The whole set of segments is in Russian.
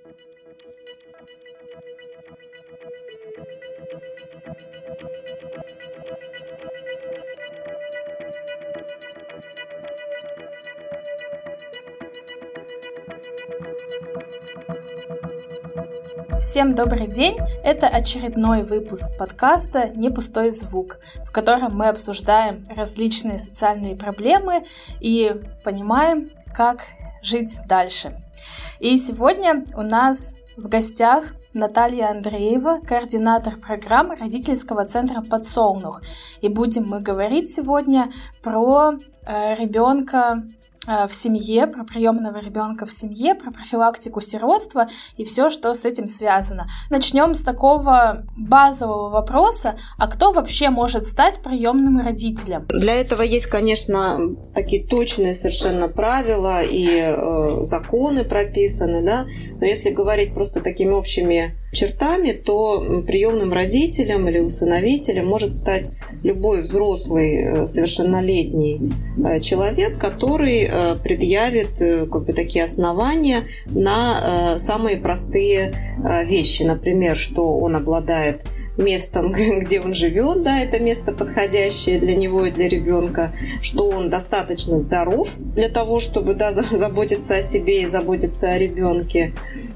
Всем добрый день! Это очередной выпуск подкаста «Не пустой звук», в котором мы обсуждаем различные социальные проблемы и понимаем, как жить дальше. И сегодня у нас в гостях Наталья Андреева, координатор программы родительского центра «Подсолнух». И будем мы говорить сегодня про ребенка в семье, про приемного ребенка в семье, про профилактику сиротства и все, что с этим связано. Начнем с такого базового вопроса: а кто вообще может стать приемным родителем? Для этого есть, конечно, такие точные совершенно правила и законы прописаны, да. Но если говорить просто такими общими чертами, то приемным родителем или усыновителем может стать любой взрослый совершеннолетний человек, который предъявит такие основания на самые простые вещи. Например, что он обладает местом, где он живет, да, это место подходящее для него и для ребенка, что он достаточно здоров для того, чтобы, да, заботиться о себе и заботиться о ребенке.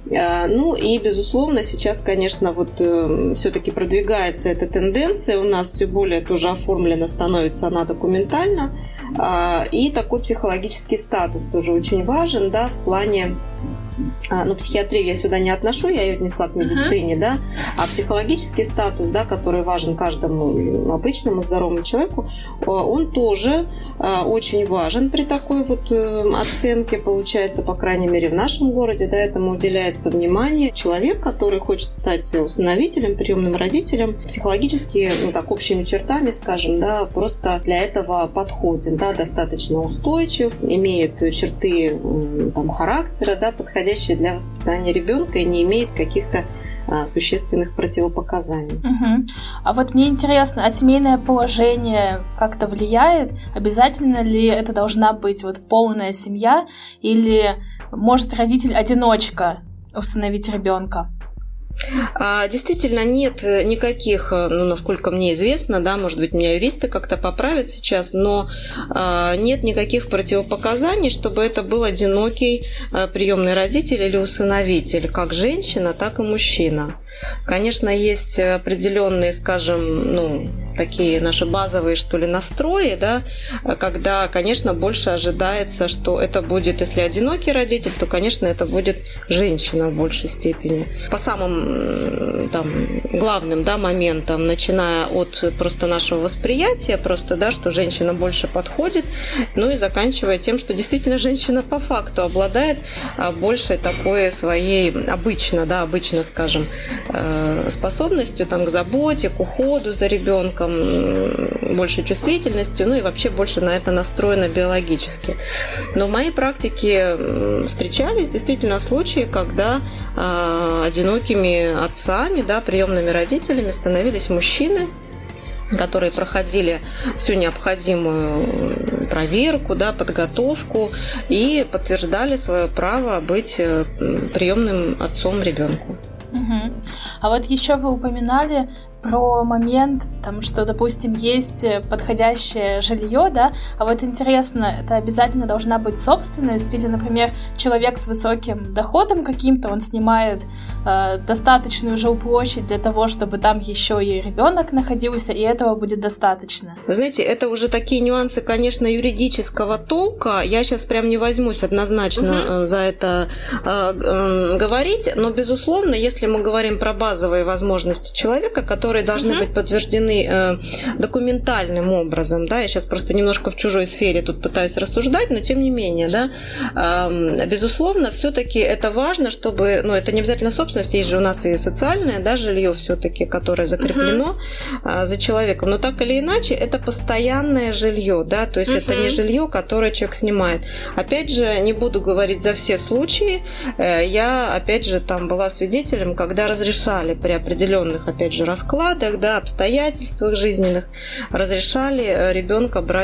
Ну и, безусловно, сейчас, конечно, все-таки продвигается эта тенденция, у нас все более тоже оформлена становится она документально, и такой психологический статус тоже очень важен, да, в плане. Психиатрию я сюда не отношу, я ее отнесла к медицине, да, а психологический статус, да, который важен каждому обычному здоровому человеку, он тоже очень важен при такой оценке, получается, по крайней мере, в нашем городе, да, этому уделяется внимание. Человек, который хочет стать усыновителем, приемным родителем, психологически, общими чертами, скажем, да, просто для этого подходит, да, достаточно устойчив, имеет черты характера, да, подходящие для воспитания ребенка и не имеет каких-то существенных противопоказаний. А мне интересно, а семейное положение как-то влияет? Обязательно ли это должна быть полная семья, или может родитель-одиночка усыновить ребенка? Действительно, нет никаких, насколько мне известно, да, может быть, меня юристы как-то поправят сейчас, но нет никаких противопоказаний, чтобы это был одинокий приемный родитель или усыновитель, как женщина, так и мужчина. Конечно, есть определенные, скажем, такие наши базовые, настрои, да, когда, конечно, больше ожидается, что это будет, если одинокий родитель, то, конечно, это будет женщина в большей степени. По самым главным, да, моментам, начиная от просто нашего восприятия, просто, да, что женщина больше подходит, и заканчивая тем, что действительно женщина по факту обладает большей такой своей обычно, скажем, способностью к заботе, к уходу за ребенком, большей чувствительностью, и вообще больше на это настроено биологически. Но в моей практике встречались действительно случаи, когда одинокими отцами, да, приемными родителями становились мужчины, которые проходили всю необходимую проверку, да, подготовку и подтверждали свое право быть приемным отцом ребенку. А еще вы упоминали про момент, что, допустим, есть подходящее жилье, да, а интересно, это обязательно должна быть собственность, или, например, человек с высоким доходом каким-то, он снимает достаточную жилплощадь для того, чтобы там еще и ребенок находился, и этого будет достаточно. Вы знаете, это уже такие нюансы, конечно, юридического толка, я сейчас прям не возьмусь однозначно за это говорить, но, безусловно, если мы говорим про базовые возможности человека, которые должны быть подтверждены документальным образом, да, я сейчас просто немножко в чужой сфере тут пытаюсь рассуждать, но тем не менее, да, безусловно, все-таки это важно, чтобы, это не обязательно собственность, есть же у нас и социальное, да, жилье все-таки, которое закреплено за человеком, но так или иначе это постоянное жилье, да, то есть это не жилье, которое человек снимает. Опять же, не буду говорить за все случаи, я, опять же, была свидетелем, когда разрешали при определенных, опять же, раскладах, да, обстоятельствах жизненных, разрешали ребенка брать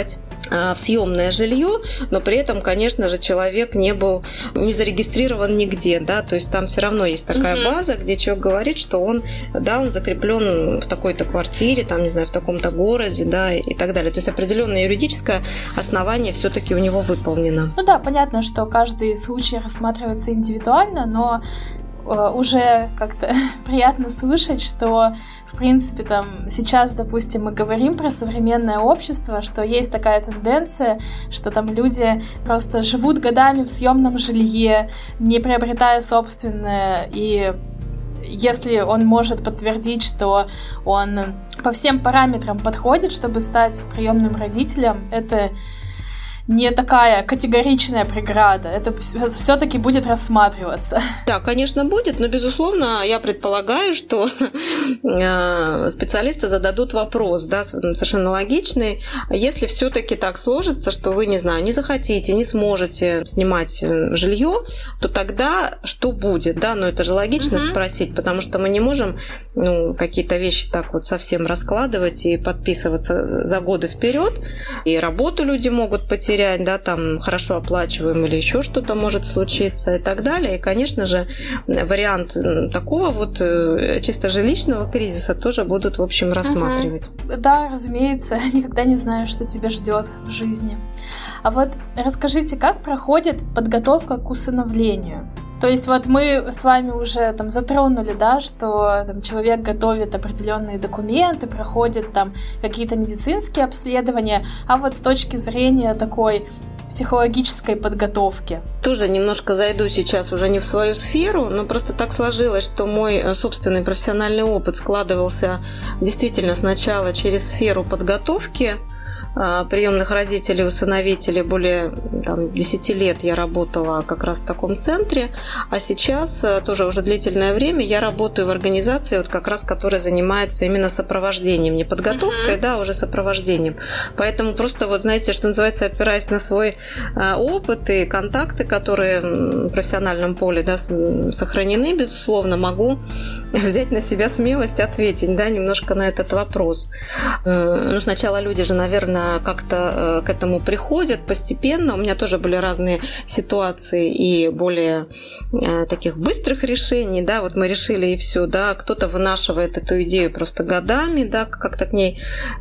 в съемное жилье, но при этом, конечно же, человек не зарегистрирован нигде, да, то есть там все равно есть такая база, где человек говорит, что он закреплен в такой-то квартире, там, не знаю, в таком-то городе, да, и так далее. То есть определенное юридическое основание все-таки у него выполнено. Ну да, понятно, что каждый случай рассматривается индивидуально, но уже как-то приятно слышать, что, в принципе, там сейчас, допустим, мы говорим про современное общество, что есть такая тенденция, что там люди просто живут годами в съемном жилье, не приобретая собственное, и если он может подтвердить, что он по всем параметрам подходит, чтобы стать приемным родителем, это не такая категоричная преграда, это все-таки будет рассматриваться. Да, конечно, будет, но, безусловно, я предполагаю, что специалисты зададут вопрос, да, совершенно логичный. Если все-таки так сложится, что вы, не знаю, не захотите, не сможете снимать жилье, то тогда что будет? Да, но это же логично спросить, потому что мы не можем какие-то вещи так вот совсем раскладывать и подписываться за годы вперед, и работу люди могут потерять, да, там хорошо оплачиваем или еще что-то может случиться и так далее. И, конечно же, вариант такого вот чисто жилищного кризиса тоже будут, в общем, рассматривать. Да, разумеется, никогда не знаешь, что тебя ждет в жизни. А вот расскажите, как проходит подготовка к усыновлению? То есть вот мы с вами уже там затронули, да, что там человек готовит определенные документы, проходит там какие-то медицинские обследования, а вот с точки зрения такой психологической подготовки. Тоже немножко зайду сейчас уже не в свою сферу, но просто так сложилось, что мой собственный профессиональный опыт складывался действительно сначала через сферу подготовки приемных родителей, усыновителей. Более 10 лет я работала как раз в таком центре, а сейчас тоже уже длительное время я работаю в организации, вот как раз, которая занимается именно сопровождением, не подготовкой, да, уже сопровождением. Поэтому просто вот, знаете, что называется, опираясь на свой опыт и контакты, которые в профессиональном поле, да, сохранены, безусловно, могу взять на себя смелость ответить, да, немножко на этот вопрос. Ну, сначала люди же, наверное, как-то к этому приходят постепенно. У меня тоже были разные ситуации и более таких быстрых решений, да, вот мы решили и все, да, кто-то вынашивает эту идею просто годами, да, как-то к ней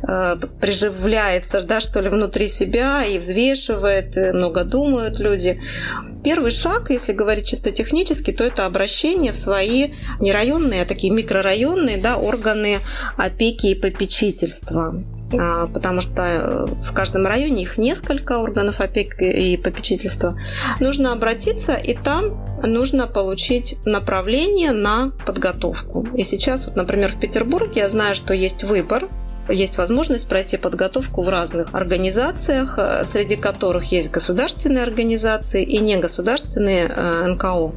приживляется, да, что ли, внутри себя и взвешивает, много думают люди. Первый шаг, если говорить чисто технически, то это обращение в свои не районные, а такие микрорайонные, да, органы опеки и попечительства. Потому что в каждом районе их несколько органов опеки и попечительства. Нужно обратиться, и там нужно получить направление на подготовку. И сейчас, вот, например, в Петербурге я знаю, что есть выбор. Есть возможность пройти подготовку в разных организациях, среди которых есть государственные организации и негосударственные НКО.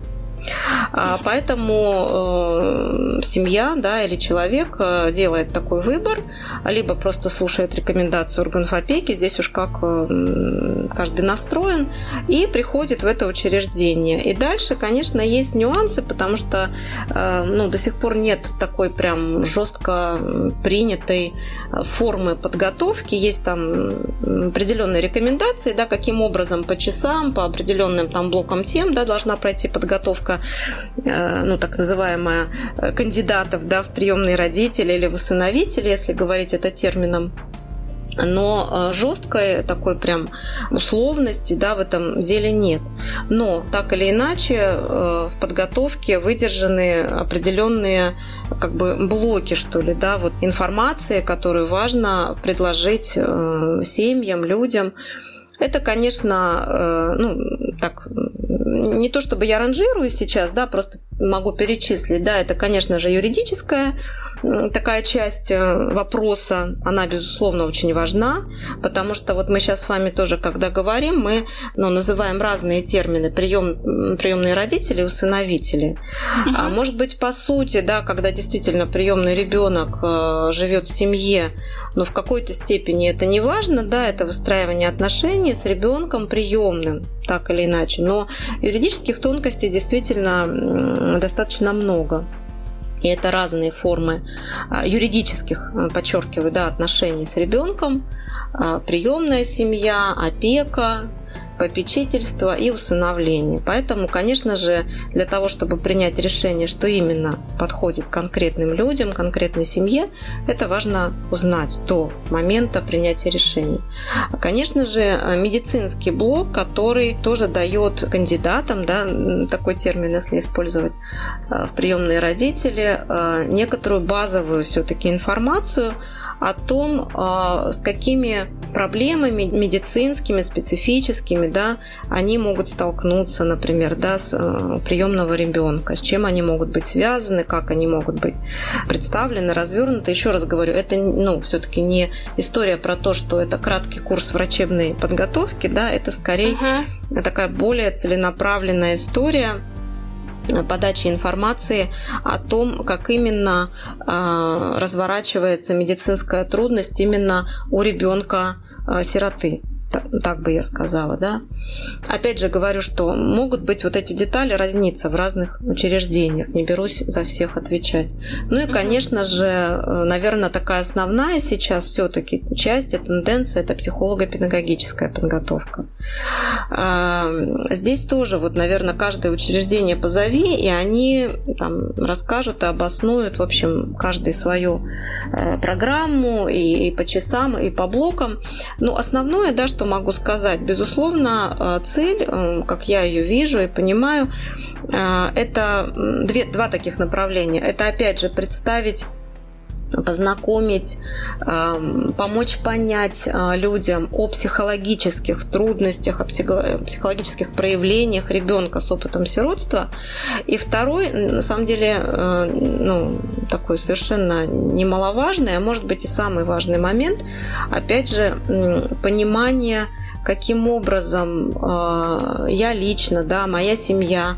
Поэтому семья, да, или человек делает такой выбор, либо просто слушает рекомендацию органов опеки, здесь уж как каждый настроен, и приходит в это учреждение. И дальше, конечно, есть нюансы, потому что до сих пор нет такой прям жестко принятой формы подготовки. Есть там определенные рекомендации, да, каким образом по часам, по определенным там блокам тем, да, должна пройти подготовка, так называемая, кандидатов, да, в приемные родители или в усыновители, если говорить это термином. Но жесткой такой прям условности, да, в этом деле нет. Но так или иначе в подготовке выдержаны определенные как бы блоки, что ли, да, вот информации, которую важно предложить семьям, людям. Это, конечно, не то чтобы я ранжирую сейчас, да, просто могу перечислить, да, это, конечно же, юридическая такая часть вопроса, она, безусловно, очень важна, потому что вот мы сейчас с вами тоже, когда говорим, мы называем разные термины: приемные родители, усыновители. А может быть, по сути, да, когда действительно приемный ребенок живет в семье, но в какой-то степени это не важно, да, это выстраивание отношений с ребенком приемным, так или иначе. Но юридических тонкостей действительно достаточно много. И это разные формы юридических, подчеркиваю, да, отношений с ребенком, приемная семья, опека, попечительство и усыновление. Поэтому, конечно же, для того, чтобы принять решение, что именно подходит конкретным людям, конкретной семье, это важно узнать до момента принятия решения. Конечно же, медицинский блок, который тоже дает кандидатам, да, такой термин, если использовать в приемные родители, некоторую базовую все-таки информацию о том, с какими проблемами медицинскими, специфическими, да, они могут столкнуться, например, да, с приемного ребенка, с чем они могут быть связаны, как они могут быть представлены, развернуты. Еще раз говорю, это, все-таки не история про то, что это краткий курс врачебной подготовки, да, это скорее такая более целенаправленная история подачи информации о том, как именно разворачивается медицинская трудность именно у ребенка-сироты. Так бы я сказала, да. Опять же говорю, что могут быть вот эти детали разниться в разных учреждениях. Не берусь за всех отвечать. Ну и, конечно же, наверное, такая основная сейчас все-таки часть, тенденция, это психолого-педагогическая подготовка. Здесь тоже, вот, наверное, каждое учреждение позови, и они там расскажут и обоснуют, в общем, каждый свою программу и по часам, и по блокам. Но основное, да, что могу сказать, безусловно, цель, как я ее вижу и понимаю, это два таких направления. Это, опять же, представить, познакомить, помочь понять людям о психологических трудностях, о психологических проявлениях ребенка с опытом сиротства. И второй, на самом деле, такой совершенно немаловажный, а может быть и самый важный момент, опять же, понимание, каким образом я лично, да, моя семья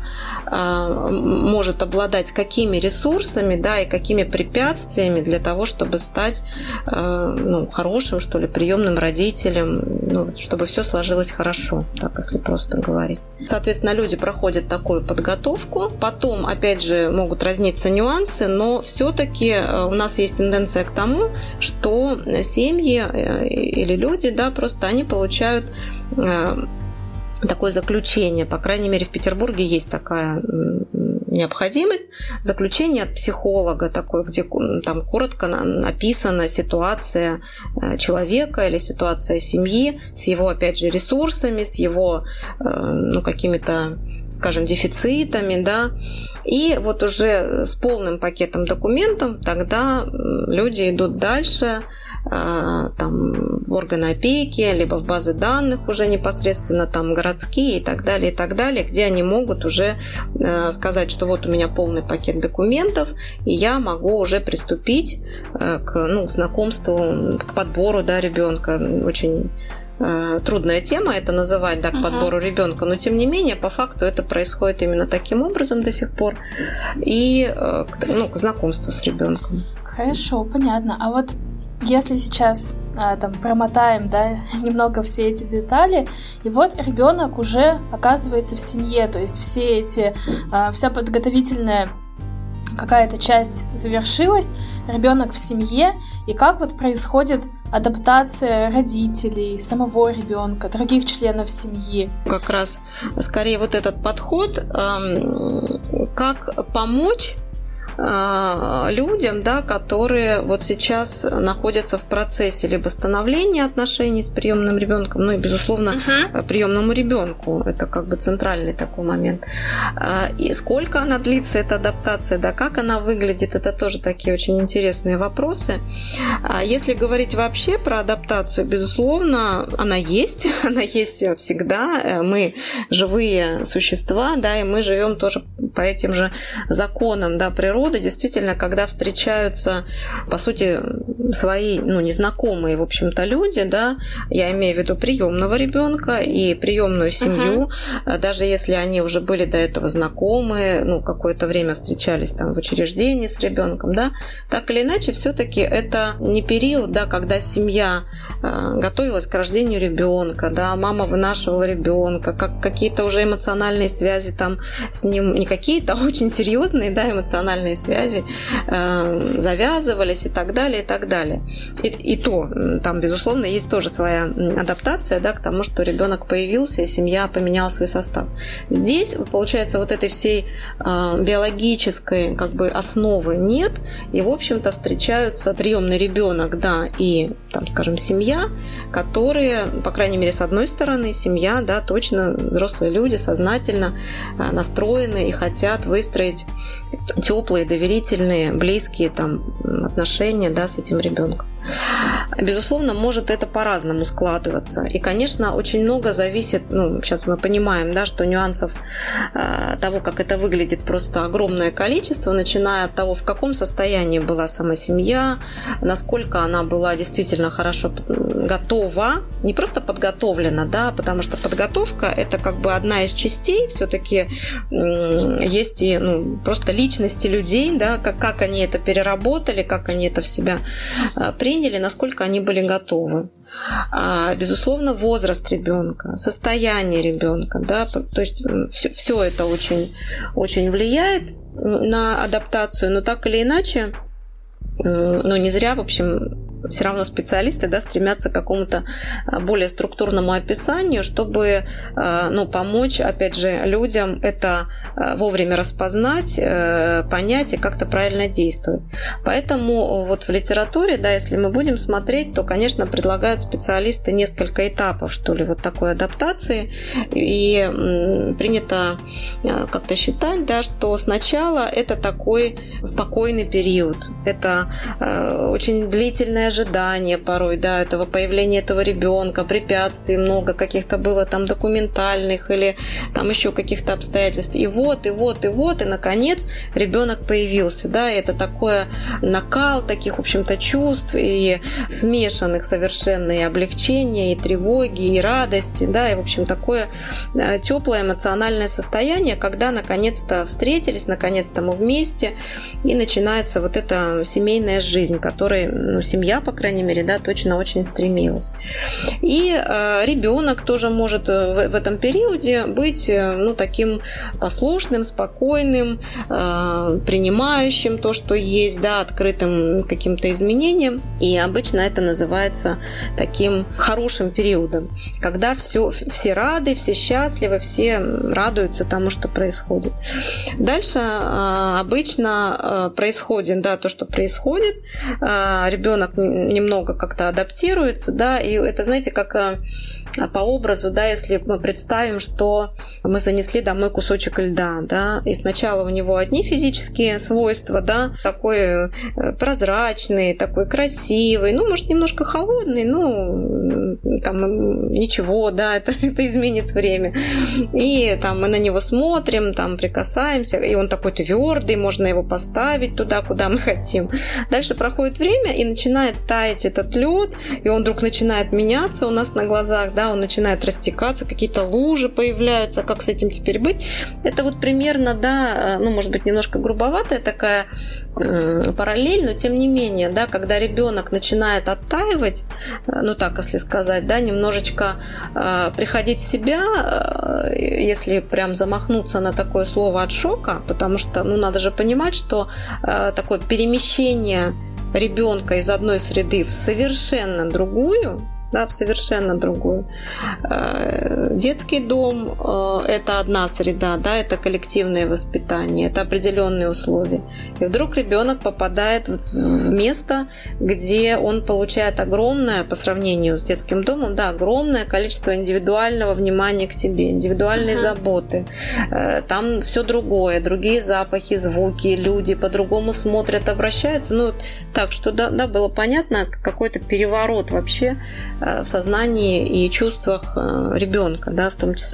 может обладать какими ресурсами, да, и какими препятствиями для того, чтобы стать хорошим, что ли, приемным родителем, чтобы все сложилось хорошо, так если просто говорить. Соответственно, люди проходят такую подготовку, потом, опять же, могут разниться нюансы, но все-таки у нас есть тенденция к тому, что семьи или люди, да, просто они получают такое заключение, по крайней мере, в Петербурге есть такая необходимость, заключение от психолога такое, где там коротко написана ситуация человека или ситуация семьи с его, опять же, ресурсами, с его какими-то, скажем, дефицитами, да, и вот уже с полным пакетом документов тогда люди идут дальше, там, в органы опеки, либо в базы данных уже непосредственно там городские и так далее, где они могут уже сказать, что вот у меня полный пакет документов, и я могу уже приступить к знакомству, к подбору, да, ребенка. Очень трудная тема это называть, да, к подбору ребенка, но тем не менее по факту это происходит именно таким образом до сих пор и к знакомству с ребенком. Хорошо, понятно. А вот если сейчас промотаем, да, немного все эти детали, и вот ребенок уже оказывается в семье, то есть вся подготовительная какая-то часть завершилась, ребенок в семье, и как вот происходит адаптация родителей, самого ребенка, других членов семьи. Как раз скорее вот этот подход, как помочь людям, да, которые вот сейчас находятся в процессе либо становления отношений с приемным ребенком, и, безусловно, приемному ребенку. Это как бы центральный такой момент. И сколько она длится, эта адаптация, да, как она выглядит, это тоже такие очень интересные вопросы. Если говорить вообще про адаптацию, безусловно, она есть всегда. Мы живые существа, да, и мы живем тоже по этим же законам, да, природы. Действительно, когда встречаются, по сути, свои, незнакомые, в общем-то, люди, да, я имею в виду приемного ребенка и приемную семью, даже если они уже были до этого знакомы, какое-то время встречались там в учреждении с ребенком, да, так или иначе, все-таки это не период, да, когда семья готовилась к рождению ребенка, да, мама вынашивала ребенка, какие-то уже эмоциональные связи там с ним, не какие-то, а очень серьезные, да, эмоциональные связи завязывались и так далее, и так далее. И то, там, безусловно, есть тоже своя адаптация, да, к тому, что ребенок появился, и семья поменяла свой состав. Здесь, получается, вот этой всей биологической, как бы, основы нет, и, в общем-то, встречаются приемный ребенок, да, и, там, скажем, семья, которые, по крайней мере, с одной стороны, семья, да, точно взрослые люди, сознательно настроены и хотят выстроить теплые, доверительные, близкие там отношения, да, с этим ребенком. Безусловно, может это по-разному складываться. И, конечно, очень много зависит, сейчас мы понимаем, да, что нюансов того, как это выглядит, просто огромное количество, начиная от того, в каком состоянии была сама семья, насколько она была действительно хорошо готова, не просто подготовлена, да, потому что подготовка – это как бы одна из частей, все-таки есть и просто личности людей, да, как они это переработали, как они это в себя приняли, насколько они были готовы. Безусловно, возраст ребенка, состояние ребенка, да, то есть все это очень, очень влияет на адаптацию, но так или иначе, не зря, в общем, все равно специалисты, да, стремятся к какому-то более структурному описанию, чтобы помочь, опять же, людям это вовремя распознать, понять и как-то правильно действовать. Поэтому вот в литературе, да, если мы будем смотреть, то, конечно, предлагают специалисты несколько этапов, что ли, вот такой адаптации. И принято как-то считать, да, что сначала это такой спокойный период, это очень длительное ожидание порой, да, этого появления этого ребенка, препятствий много, каких-то было там документальных или там еще каких-то обстоятельств. И наконец ребенок появился, да, и это такое накал таких, в общем-то, чувств и смешанных совершенно и облегчения, и тревоги, и радости, да, и, в общем, такое теплое эмоциональное состояние, когда наконец-то встретились, наконец-то мы вместе, и начинается вот эта семейная жизнь, которой, семья, по крайней мере, да, точно очень стремилась. И ребенок тоже может в этом периоде быть, таким послушным, спокойным, принимающим то, что есть, да, открытым к каким-то изменениям. И обычно это называется таким хорошим периодом, когда все рады, все счастливы, все радуются тому, что происходит. Дальше обычно происходит, да, то, что происходит. Ребенок немного как-то адаптируется, да, и это, знаете, как по образу, да, если мы представим, что мы занесли домой кусочек льда, да, и сначала у него одни физические свойства, да, такой прозрачный, такой красивый, может, немножко холодный, там ничего, да, это изменит время. И там мы на него смотрим, там прикасаемся, и он такой твердый, можно его поставить туда, куда мы хотим. Дальше проходит время, и начинает таять этот лед, и он вдруг начинает меняться у нас на глазах, да, он начинает растекаться, какие-то лужи появляются, как с этим теперь быть? Это вот примерно, да, может быть, немножко грубоватая такая параллель, но тем не менее, да, когда ребенок начинает оттаивать, так, если сказать, да, немножечко приходить в себя, если прям замахнуться на такое слово от шока, потому что, надо же понимать, что такое перемещение ребенка из одной среды в совершенно другую, да, в совершенно другую. Детский дом – это одна среда, да, это коллективное воспитание, это определенные условия. И вдруг ребенок попадает в место, где он получает огромное, по сравнению с детским домом, да, огромное количество индивидуального внимания к себе, индивидуальной заботы. Там все другое, другие запахи, звуки, люди по-другому смотрят, обращаются. Так что, да, было понятно, какой-то переворот вообще в сознании и чувствах ребенка, да, в том числе.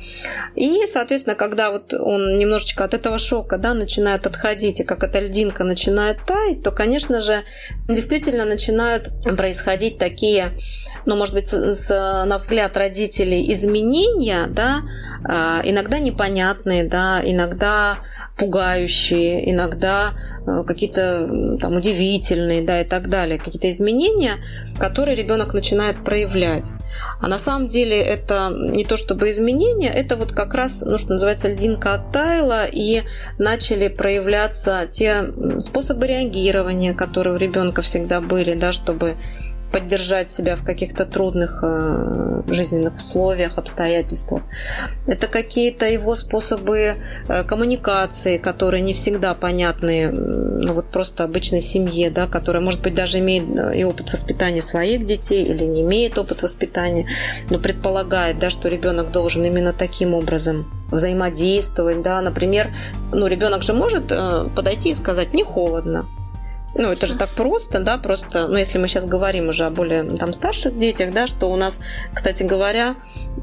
И, соответственно, когда вот он немножечко от этого шока, да, начинает отходить, и как эта льдинка начинает таять, то, конечно же, действительно начинают происходить такие, ну, может быть, на взгляд родителей изменения, да, иногда непонятные, да, иногда пугающие, иногда какие-то там удивительные, да, и так далее, какие-то изменения, которые ребенок начинает проявлять. А на самом деле это не то чтобы изменения, это вот как раз, ну, что называется, льдинка оттаяла, и начали проявляться те способы реагирования, которые у ребенка всегда были, да, чтобы поддержать себя в каких-то трудных жизненных условиях, обстоятельствах. Это какие-то его способы коммуникации, которые не всегда понятны, ну, вот просто обычной семье, да, которая, может быть, даже имеет и опыт воспитания своих детей или не имеет опыт воспитания, но предполагает, да, что ребенок должен именно таким образом взаимодействовать. Да. Например, ну, ребенок же может подойти и сказать: «Мне холодно». Ну, это же так просто, да, просто, ну, если мы сейчас говорим уже о более там старших детях, да, что у нас, кстати говоря,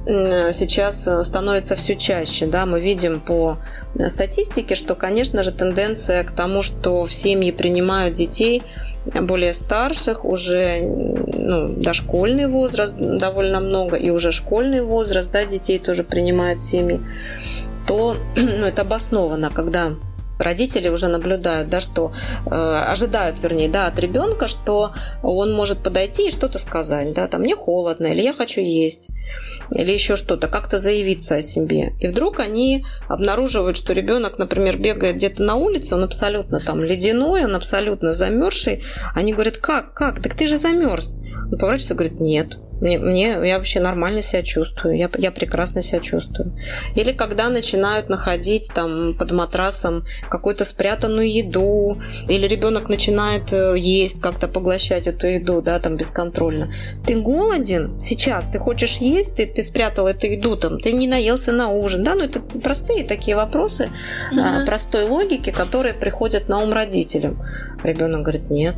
сейчас становится все чаще, да, мы видим по статистике, что, конечно же, тенденция к тому, что в семьи принимают детей более старших, уже, ну, дошкольный возраст довольно много, и уже школьный возраст, да, детей тоже принимают в семьи, то, ну, это обосновано, когда родители уже наблюдают, да, что ожидают, вернее, да, от ребенка, что он может подойти и что-то сказать, да, там: «Мне холодно», или «Я хочу есть», или еще что-то, как-то заявиться о себе. И вдруг они обнаруживают, что ребенок, например, бегает где-то на улице, он абсолютно там ледяной, он абсолютно замерзший. Они говорят: как? Так ты же замерз. Он поворачивается и говорит: «Нет. Я вообще нормально себя чувствую, я прекрасно себя чувствую». Или когда начинают находить там под матрасом какую-то спрятанную еду, или ребенок начинает есть, как-то поглощать эту еду, да, там бесконтрольно. Ты голоден сейчас, ты хочешь есть, ты спрятал эту еду, там, ты не наелся на ужин, да, ну это простые такие вопросы, простой логики, которые приходят на ум родителям. Ребенок говорит: «Нет».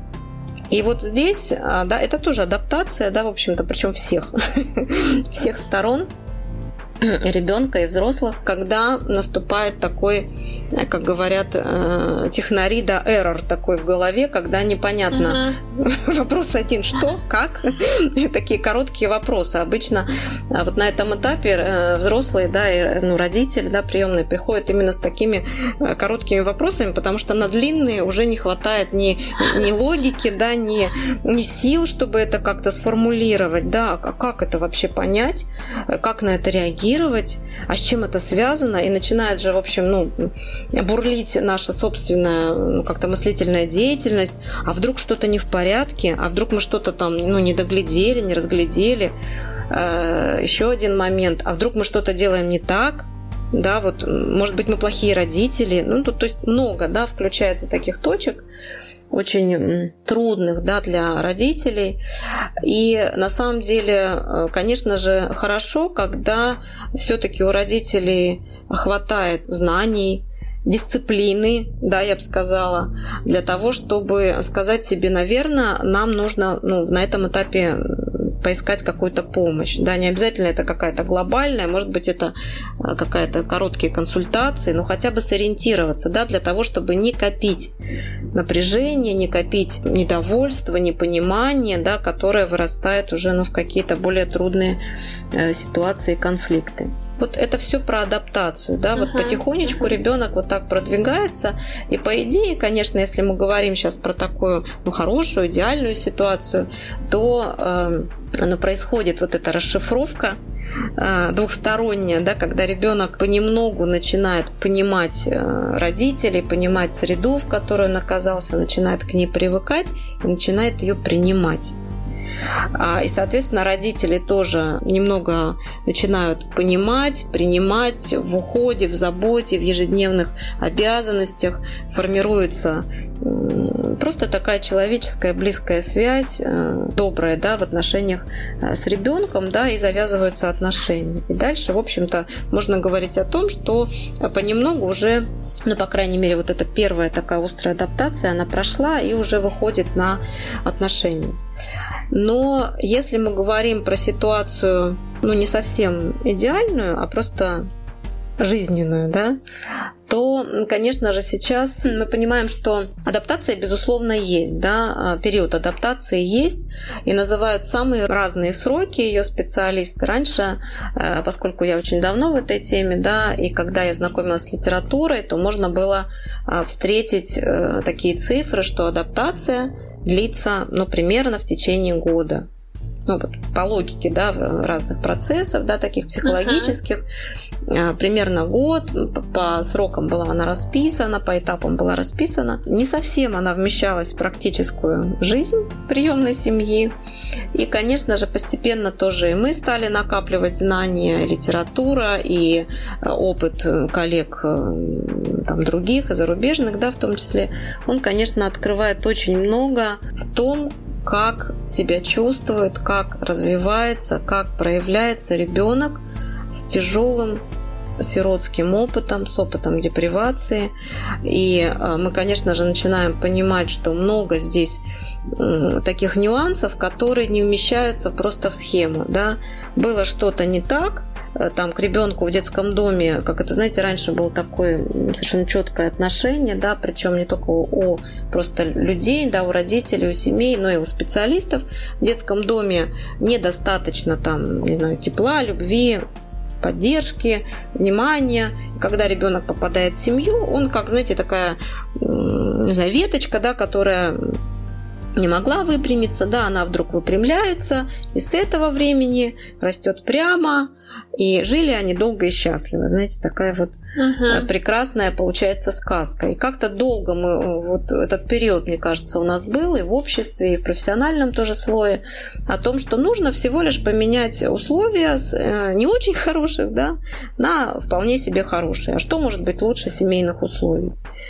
И вот здесь, да, это тоже адаптация, да, в общем-то, причем всех сторон, ребенка и взрослых, когда наступает такой, как говорят технари, да, error такой в голове, когда непонятно. Вопрос один: что, как? Такие короткие вопросы. Обычно вот на этом этапе взрослые, да, и, ну, родители, да, приемные приходят именно с такими короткими вопросами, потому что на длинные уже не хватает ни логики, да, ни сил, чтобы это как-то сформулировать, да, как это вообще понять, как на это реагировать, а с чем это связано, и начинает же, в общем, ну, бурлить наша собственная, ну, как-то мыслительная деятельность, а вдруг что-то не в порядке, а вдруг мы что-то там, ну, не доглядели, не разглядели, еще один момент, а вдруг мы что-то делаем не так, да, вот, может быть, мы плохие родители, ну, тут, то есть много, да, включается таких точек, очень трудных, да, для родителей. И на самом деле, конечно же, хорошо, когда все-таки у родителей хватает знаний, дисциплины, да, я бы сказала, для того, чтобы сказать себе: наверное, нам нужно, ну, на этом этапе поискать какую-то помощь. Да, не обязательно это какая-то глобальная, может быть, это какая-то короткие консультации, но хотя бы сориентироваться, да, для того, чтобы не копить напряжение, не копить недовольство, непонимание, да, которое вырастает уже, ну, в какие-то более трудные ситуации, конфликты. Вот это все про адаптацию, да, вот потихонечку ребенок вот так продвигается, и по идее, конечно, если мы говорим сейчас про такую, ну, хорошую, идеальную ситуацию, то происходит вот эта расшифровка двухсторонняя, да, когда ребенок понемногу начинает понимать родителей, понимать среду, в которой он оказался, начинает к ней привыкать и начинает ее принимать. И, соответственно, родители тоже немного начинают понимать, принимать в уходе, в заботе, в ежедневных обязанностях. Формируется просто такая человеческая близкая связь, добрая, да, в отношениях с ребенком, да, и завязываются отношения. И дальше, в общем-то, можно говорить о том, что понемногу уже, ну, по крайней мере, вот эта первая такая острая адаптация, она прошла и уже выходит на отношения. Но если мы говорим про ситуацию, не совсем идеальную, а просто жизненную, да, то, конечно же, сейчас мы понимаем, что адаптация, безусловно, есть, да, период адаптации есть, и называют самые разные сроки ее специалисты. Раньше, поскольку я очень давно в этой теме, да, и когда я знакомилась с литературой, то можно было встретить такие цифры, что адаптация длится, примерно в течение года. По логике, да, разных процессов, да, таких психологических, примерно год, по срокам была она расписана, по этапам была расписана. Не совсем она вмещалась в практическую жизнь приемной семьи. И, конечно же, постепенно тоже и мы стали накапливать знания, литература и опыт коллег там, других и зарубежных, да, в том числе. Он, конечно, открывает очень много в том, как себя чувствует, как развивается, как проявляется ребенок с тяжелым сиротским опытом, с опытом депривации. И мы, конечно же, начинаем понимать, что много здесь таких нюансов, которые не вмещаются просто в схему. Да? Было что-то не так, там к ребенку в детском доме, как это, знаете, раньше было такое совершенно четкое отношение, да, причем не только у просто людей, да, у родителей, у семей, но и у специалистов. В детском доме недостаточно там, не знаю, тепла, любви, поддержки, внимания. Когда ребенок попадает в семью, он, как, знаете, такая, не знаю, веточка, да, которая не могла выпрямиться, да, она вдруг выпрямляется, и с этого времени растет прямо, и жили они долго и счастливо. Знаете, такая вот прекрасная получается сказка. И как-то долго мы, вот этот период, мне кажется, у нас был и в обществе, и в профессиональном тоже слое, о том, что нужно всего лишь поменять условия с не очень хороших, да, на вполне себе хорошие. А что может быть лучше семейных условий?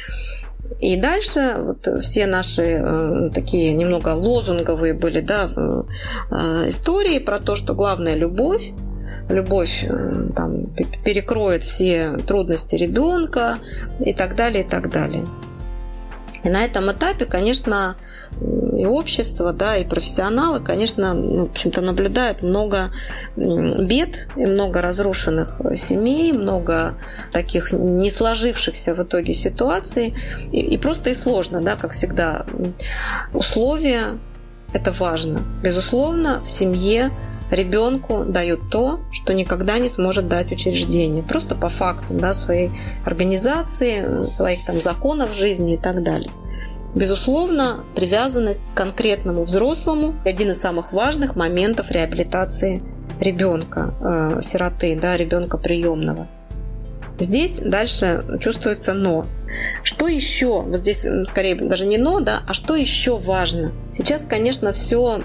И дальше вот все наши такие немного лозунговые были, да, истории про то, что главное любовь. Любовь там, перекроет все трудности ребенка и так далее, и так далее. И на этом этапе, конечно, и общество, да, и профессионалы, конечно, в общем-то, наблюдают много бед и много разрушенных семей, много таких не сложившихся в итоге ситуаций. И просто и сложно, да, как всегда. Условия – это важно. Безусловно, в семье ребенку дают то, что никогда не сможет дать учреждение. Просто по факту, да, своей организации, своих там законов жизни и так далее. Безусловно, привязанность к конкретному взрослому – один из самых важных моментов реабилитации ребенка, сироты, да, ребенка приемного. Здесь дальше чувствуется «но». Что еще? Вот здесь скорее даже не «но», да, а что еще важно? Сейчас, конечно, все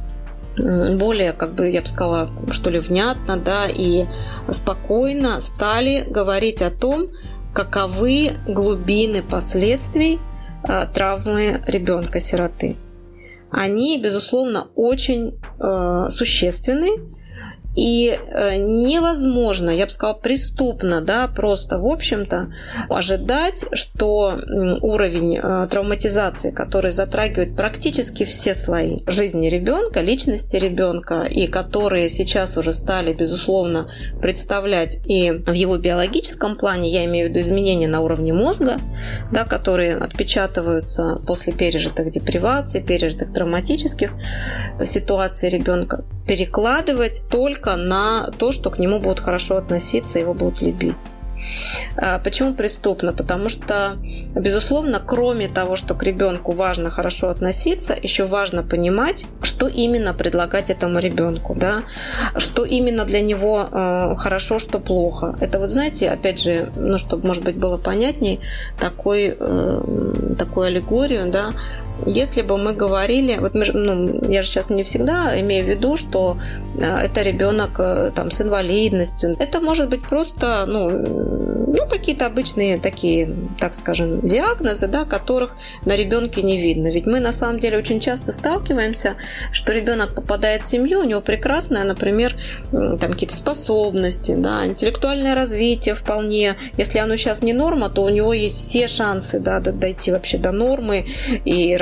более, как бы я бы сказала, что ли, внятно, да, и спокойно стали говорить о том, каковы глубины последствий травмы ребенка-сироты. Они, безусловно, очень существенны. И невозможно, я бы сказала, преступно, да, просто, в общем-то, ожидать, что уровень травматизации, который затрагивает практически все слои жизни ребенка, личности ребенка, и которые сейчас уже стали, безусловно, представлять и в его биологическом плане, я имею в виду изменения на уровне мозга, да, которые отпечатываются после пережитых деприваций, пережитых травматических ситуаций ребенка, перекладывать только на то, что к нему будут хорошо относиться, его будут любить. Почему преступно? Потому что, безусловно, кроме того, что к ребенку важно хорошо относиться, еще важно понимать, что именно предлагать этому ребенку, да? Что именно для него хорошо, что плохо. Это вот, знаете, опять же, чтобы, может быть, было понятнее, такую аллегорию, да, если бы мы говорили, вот я же сейчас не всегда имею в виду, что это ребенок там, с инвалидностью. Это может быть просто какие-то обычные такие, так скажем, диагнозы, да, которых на ребенке не видно. Ведь мы на самом деле очень часто сталкиваемся, что ребенок попадает в семью, у него прекрасное, например, там какие-то способности, да, интеллектуальное развитие вполне. Если оно сейчас не норма, то у него есть все шансы, да, дойти вообще до нормы и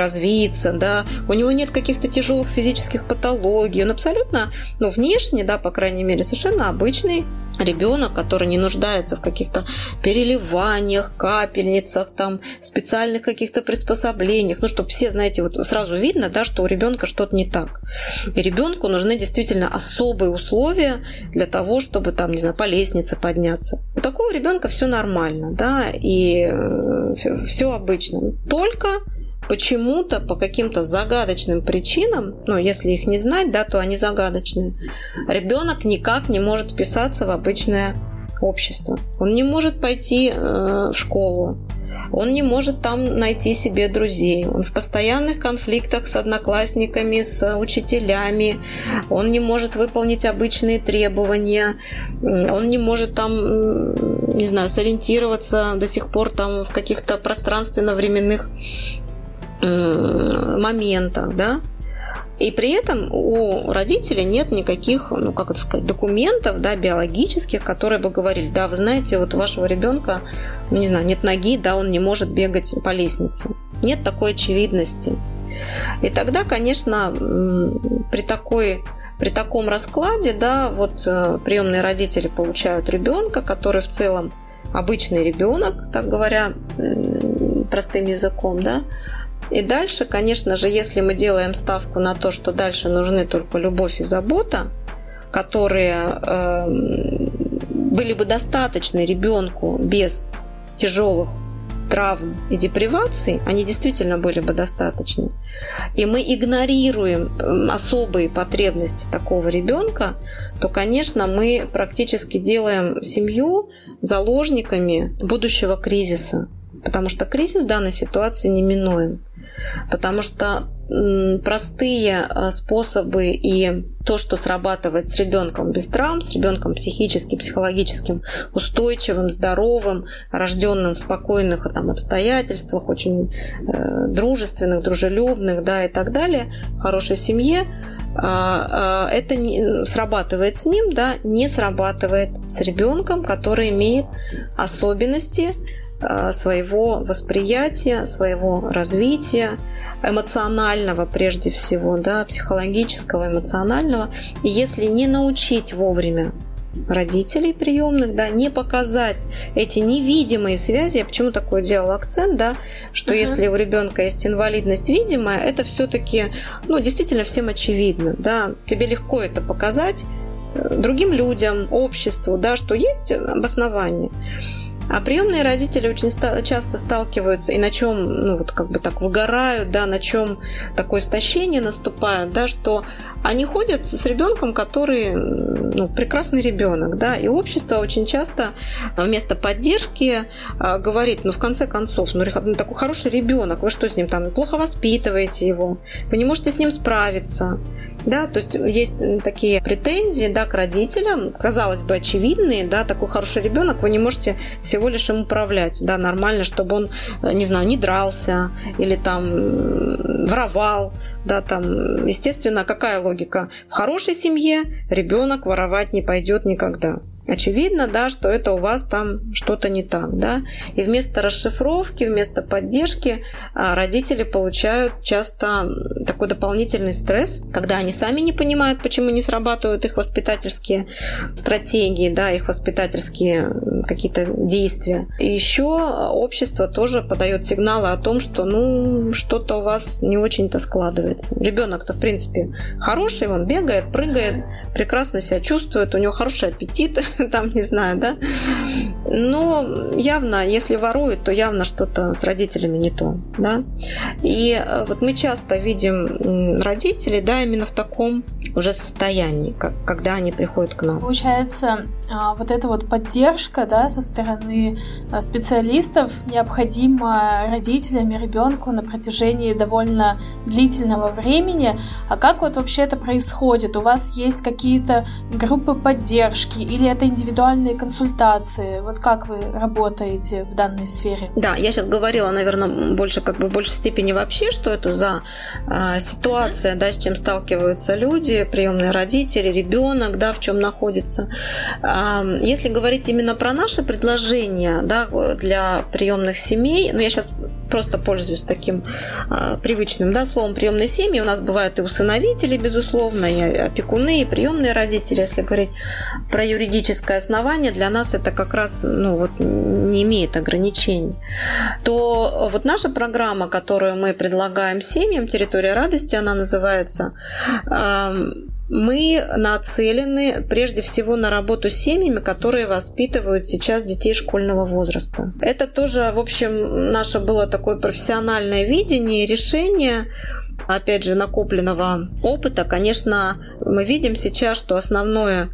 развиться, да, у него нет каких-то тяжелых физических патологий, он абсолютно, внешне, да, по крайней мере, совершенно обычный ребенок, который не нуждается в каких-то переливаниях, капельницах, там, специальных каких-то приспособлениях, чтобы все, знаете, вот сразу видно, да, что у ребенка что-то не так. И ребенку нужны действительно особые условия для того, чтобы там, не знаю, по лестнице подняться. У такого ребенка все нормально, да, и все обычно. Только почему-то, по каким-то загадочным причинам, если их не знать, да, то они загадочные, ребенок никак не может вписаться в обычное общество. Он не может пойти в школу, он не может там найти себе друзей, он в постоянных конфликтах с одноклассниками, с учителями, он не может выполнить обычные требования, он не может там, не знаю, сориентироваться до сих пор там в каких-то пространственно-временных моментах, да, и при этом у родителей нет никаких, документов, да, биологических, которые бы говорили, да, вы знаете, вот у вашего ребенка, нет ноги, да, он не может бегать по лестнице. Нет такой очевидности. И тогда, конечно, при таком раскладе, да, вот приемные родители получают ребенка, который в целом обычный ребенок, так говоря, простым языком, да. И дальше, конечно же, если мы делаем ставку на то, что дальше нужны только любовь и забота, которые были бы достаточны ребенку без тяжелых травм и деприваций, они действительно были бы достаточны, и мы игнорируем особые потребности такого ребенка, то, конечно, мы практически делаем семью заложниками будущего кризиса. Потому что кризис в данной ситуации неминуем. Потому что простые способы и то, что срабатывает с ребенком без травм, с ребенком психически, психологическим устойчивым, здоровым, рожденным в спокойных обстоятельствах, очень дружественных, дружелюбных, да, и так далее, в хорошей семье, это срабатывает с ним, да, не срабатывает с ребенком, который имеет особенности своего восприятия, своего развития, эмоционального прежде всего, да, психологического, эмоционального. И если не научить вовремя родителей приемных, да, не показать эти невидимые связи, я почему такой делала акцент, да, что если у ребенка есть инвалидность видимая, это все-таки, действительно всем очевидно, да, тебе легко это показать другим людям, обществу, да, что есть обоснование. А приемные родители очень часто сталкиваются и на чем, выгорают, да, на чем такое истощение наступает, да, что они ходят с ребенком, который, прекрасный ребенок, да, и общество очень часто вместо поддержки говорит, в конце концов, такой хороший ребенок, вы что с ним там, плохо воспитываете его, вы не можете с ним справиться. Да, то есть есть такие претензии, да, к родителям, казалось бы, очевидные, да, такой хороший ребенок, вы не можете всего лишь им управлять, да, нормально, чтобы он, не дрался или там воровал, да, там, естественно, какая логика? В хорошей семье ребенок воровать не пойдет никогда. Очевидно, да, что это у вас там что-то не так, да, и вместо расшифровки, вместо поддержки родители получают часто такой дополнительный стресс, когда они сами не понимают, почему не срабатывают их воспитательские стратегии, да, их воспитательские какие-то действия. И еще общество тоже подает сигналы о том, что, что-то у вас не очень-то складывается. Ребенок-то, в принципе, хороший, он бегает, прыгает, прекрасно себя чувствует, у него хороший аппетит, там, не знаю, да. Но явно, если воруют, то явно что-то с родителями не то, да. И вот мы часто видим родителей, да, именно в таком уже состоянии, когда они приходят к нам. Получается, вот эта вот поддержка, да, со стороны специалистов необходима родителям и ребенку на протяжении довольно длительного времени. А как вот вообще это происходит? У вас есть какие-то группы поддержки или это индивидуальные консультации? Вот как вы работаете в данной сфере? Да, я сейчас говорила, наверное, больше в большей степени вообще, что это за ситуация, да, с чем сталкиваются люди, приемные родители, ребенок, да, в чем находится. Если говорить именно про наши предложения, да, для приемных семей, я сейчас просто пользуюсь таким привычным, да, словом приемные семьи. У нас бывают и усыновители, безусловно, и опекуны, и приемные родители. Если говорить про юридическое основание, для нас это как раз не имеет ограничений. То вот наша программа, которую мы предлагаем семьям, «Территория радости» она называется, мы нацелены прежде всего на работу с семьями, которые воспитывают сейчас детей школьного возраста. Это тоже, в общем, наше было такое профессиональное видение и решение, опять же, накопленного опыта. Конечно, мы видим сейчас, что основной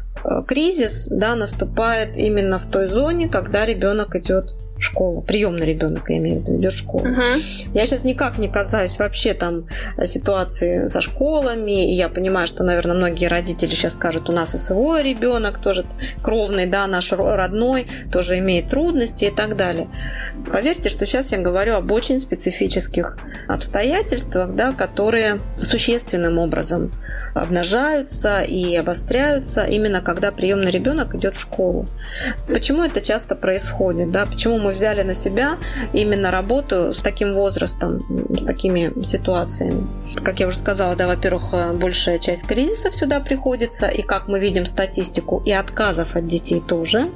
кризис, да, наступает именно в той зоне, когда ребенок идет в школу, приемный ребенок, я имею в виду, идет в школу. Я сейчас никак не касаюсь вообще там ситуации со школами, и я понимаю, что, наверное, многие родители сейчас скажут, у нас и свой ребенок, тоже кровный, да, наш родной, тоже имеет трудности и так далее. Поверьте, что сейчас я говорю об очень специфических обстоятельствах, да, которые существенным образом обнажаются и обостряются именно когда приемный ребенок идет в школу. Почему это часто происходит, да? Почему мы взяли на себя именно работу с таким возрастом, с такими ситуациями? Как я уже сказала, да, во-первых, большая часть кризисов сюда приходится, и как мы видим статистику, и отказов от детей тоже.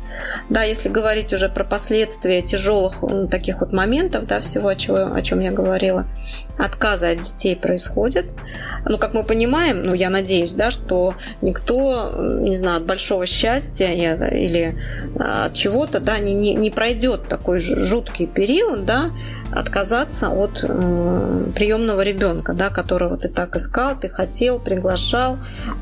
Да, если говорить уже про последствия тяжелых таких вот моментов, да, всего, о чем я говорила, отказы от детей происходят. Как мы понимаем, я надеюсь, да, что никто, не знаю, от большого счастья или от чего-то, да, не пройдет такой жуткий период, да, отказаться от приемного ребенка, да, которого ты так искал, ты хотел, приглашал,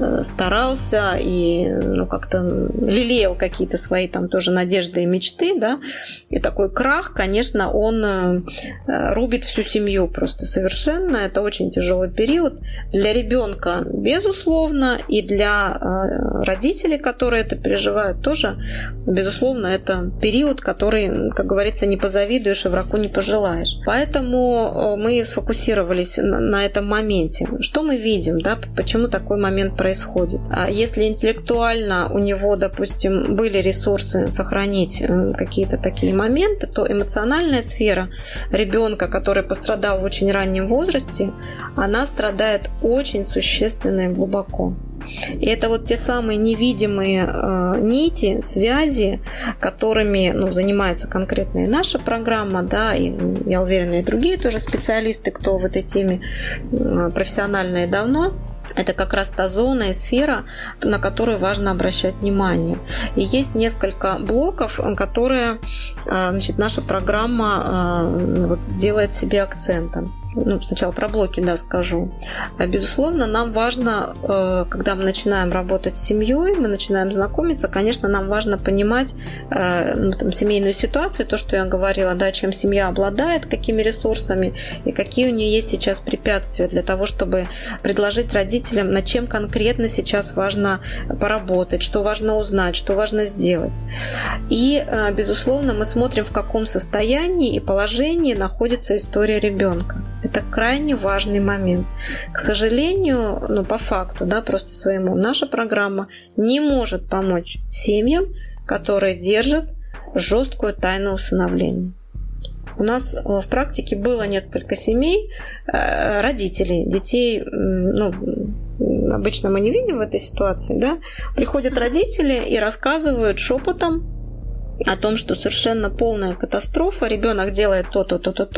старался и как-то лелеял какие-то свои там тоже надежды и мечты, да, и такой крах, конечно, он рубит всю семью просто совершенно. Это очень тяжелый период для ребенка, безусловно, и для родителей, которые это переживают, тоже, безусловно, это период, который, как говорится, не позавидуешь и врагу не пожелаешь. Поэтому мы сфокусировались на этом моменте. Что мы видим, да, почему такой момент происходит? Если интеллектуально у него, допустим, были ресурсы сохранить какие-то такие моменты, то эмоциональная сфера ребенка, который пострадал в очень раннем возрасте, она страдает очень существенно и глубоко. И это вот те самые невидимые нити, связи, которыми занимается конкретно и наша программа, да, и я уверена, и другие тоже специалисты, кто в этой теме профессионально и давно. Это как раз та зона и сфера, на которую важно обращать внимание. И есть несколько блоков, которые, наша программа делает себе акцентом. Сначала про блоки, да, скажу. Безусловно, нам важно, когда мы начинаем работать с семьей, мы начинаем знакомиться, конечно, нам важно понимать семейную ситуацию, то, что я говорила, да, чем семья обладает, какими ресурсами и какие у нее есть сейчас препятствия для того, чтобы предложить родителям, над чем конкретно сейчас важно поработать, что важно узнать, что важно сделать. И, безусловно, мы смотрим, в каком состоянии и положении находится история ребенка. Это крайне важный момент. К сожалению, по факту, да, просто своему, наша программа не может помочь семьям, которые держат жесткую тайну усыновления. У нас в практике было несколько семей, родителей, детей, обычно мы не видим в этой ситуации, да, приходят родители и рассказывают шепотом о том, что совершенно полная катастрофа, ребенок делает то-то,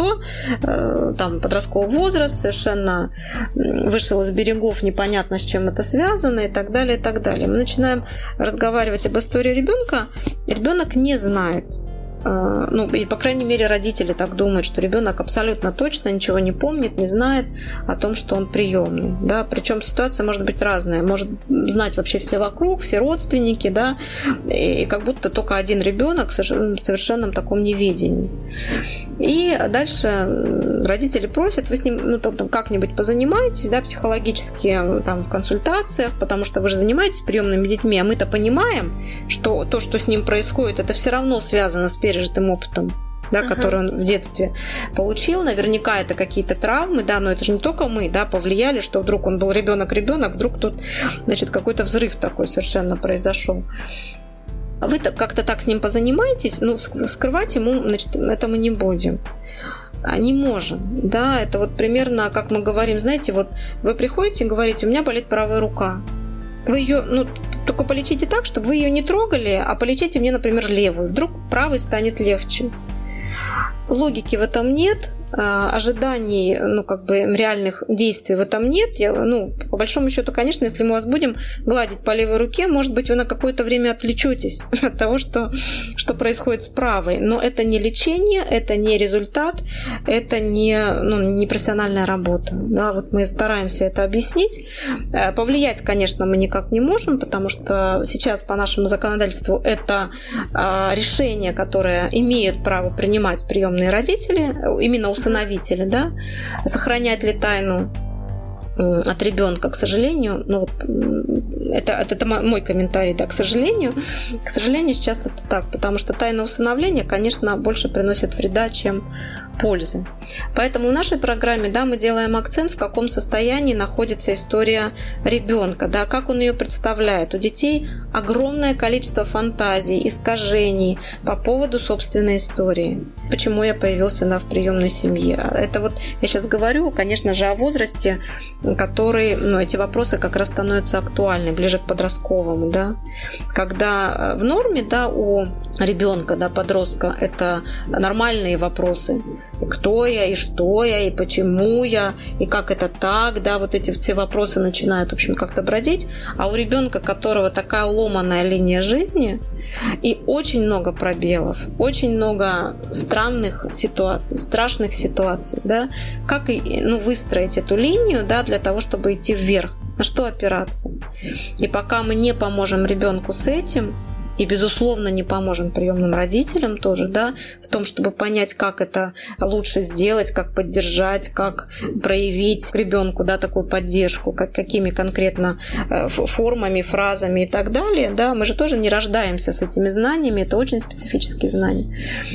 там подростковый возраст, совершенно вышел из берегов, непонятно, с чем это связано и так далее, и так далее. Мы начинаем разговаривать об истории ребенка, ребенок не знает. И, по крайней мере, родители так думают, что ребенок абсолютно точно ничего не помнит, не знает о том, что он приемный. Да? Причем ситуация может быть разная. Может знать вообще все вокруг, все родственники, да? И как будто только один ребенок в совершенном таком неведении. И дальше родители просят, вы с ним как-нибудь позанимаетесь, да, психологически там, в консультациях, потому что вы же занимаетесь приемными детьми, а мы-то понимаем, что то, что с ним происходит, это все равно связано с пережитым опытом, да, который он в детстве получил. Наверняка это какие-то травмы, да, но это же не только мы, да, повлияли, что вдруг он был ребенок, вдруг тут, какой-то взрыв такой совершенно произошел. Вы как-то так с ним позанимаетесь, скрывать ему, это мы не будем. не можем. Да, это вот примерно, как мы говорим, знаете, вот вы приходите и говорите, у меня болит правая рука. Вы ее, только полечите так, чтобы вы ее не трогали, а полечите мне, например, левую. Вдруг правой станет легче. Логики в этом нет, ожиданий, реальных действий в этом нет. По большому счету, конечно, если мы вас будем гладить по левой руке, может быть, вы на какое-то время отвлечетесь от того, что происходит с правой. Но это не лечение, это не результат, это не профессиональная работа. Да, вот мы стараемся это объяснить. Повлиять, конечно, мы никак не можем, потому что сейчас по нашему законодательству это решение, которое имеют право принимать приемные родители, именно усыновители, да, сохранять ли тайну от ребенка, к сожалению, это мой комментарий, да, к сожалению, сейчас это так, потому что тайна усыновления, конечно, больше приносит вреда, чем пользы. Поэтому в нашей программе, да, мы делаем акцент, в каком состоянии находится история ребенка, да, как он ее представляет. У детей огромное количество фантазий, искажений по поводу собственной истории. Почему я появился в приемной семье? Это вот я сейчас говорю, конечно же, о возрасте, который, эти вопросы как раз становятся актуальны, ближе к подростковому, да. Когда в норме, да, у ребенка, да, подростка, это нормальные вопросы. Кто я, и что я, и почему я, и как это так, да, вот эти все вопросы начинают, в общем, как-то бродить. А у ребенка, у которого такая ломаная линия жизни, и очень много пробелов, очень много странных ситуаций, страшных ситуаций, да, как выстроить эту линию, да, для того, чтобы идти вверх, на что опираться. И пока мы не поможем ребенку с этим, и, безусловно, не поможем приемным родителям тоже, да, в том, чтобы понять, как это лучше сделать, как поддержать, как проявить ребенку, да, такую поддержку, какими конкретно формами, фразами и так далее, да, мы же тоже не рождаемся с этими знаниями, это очень специфические знания,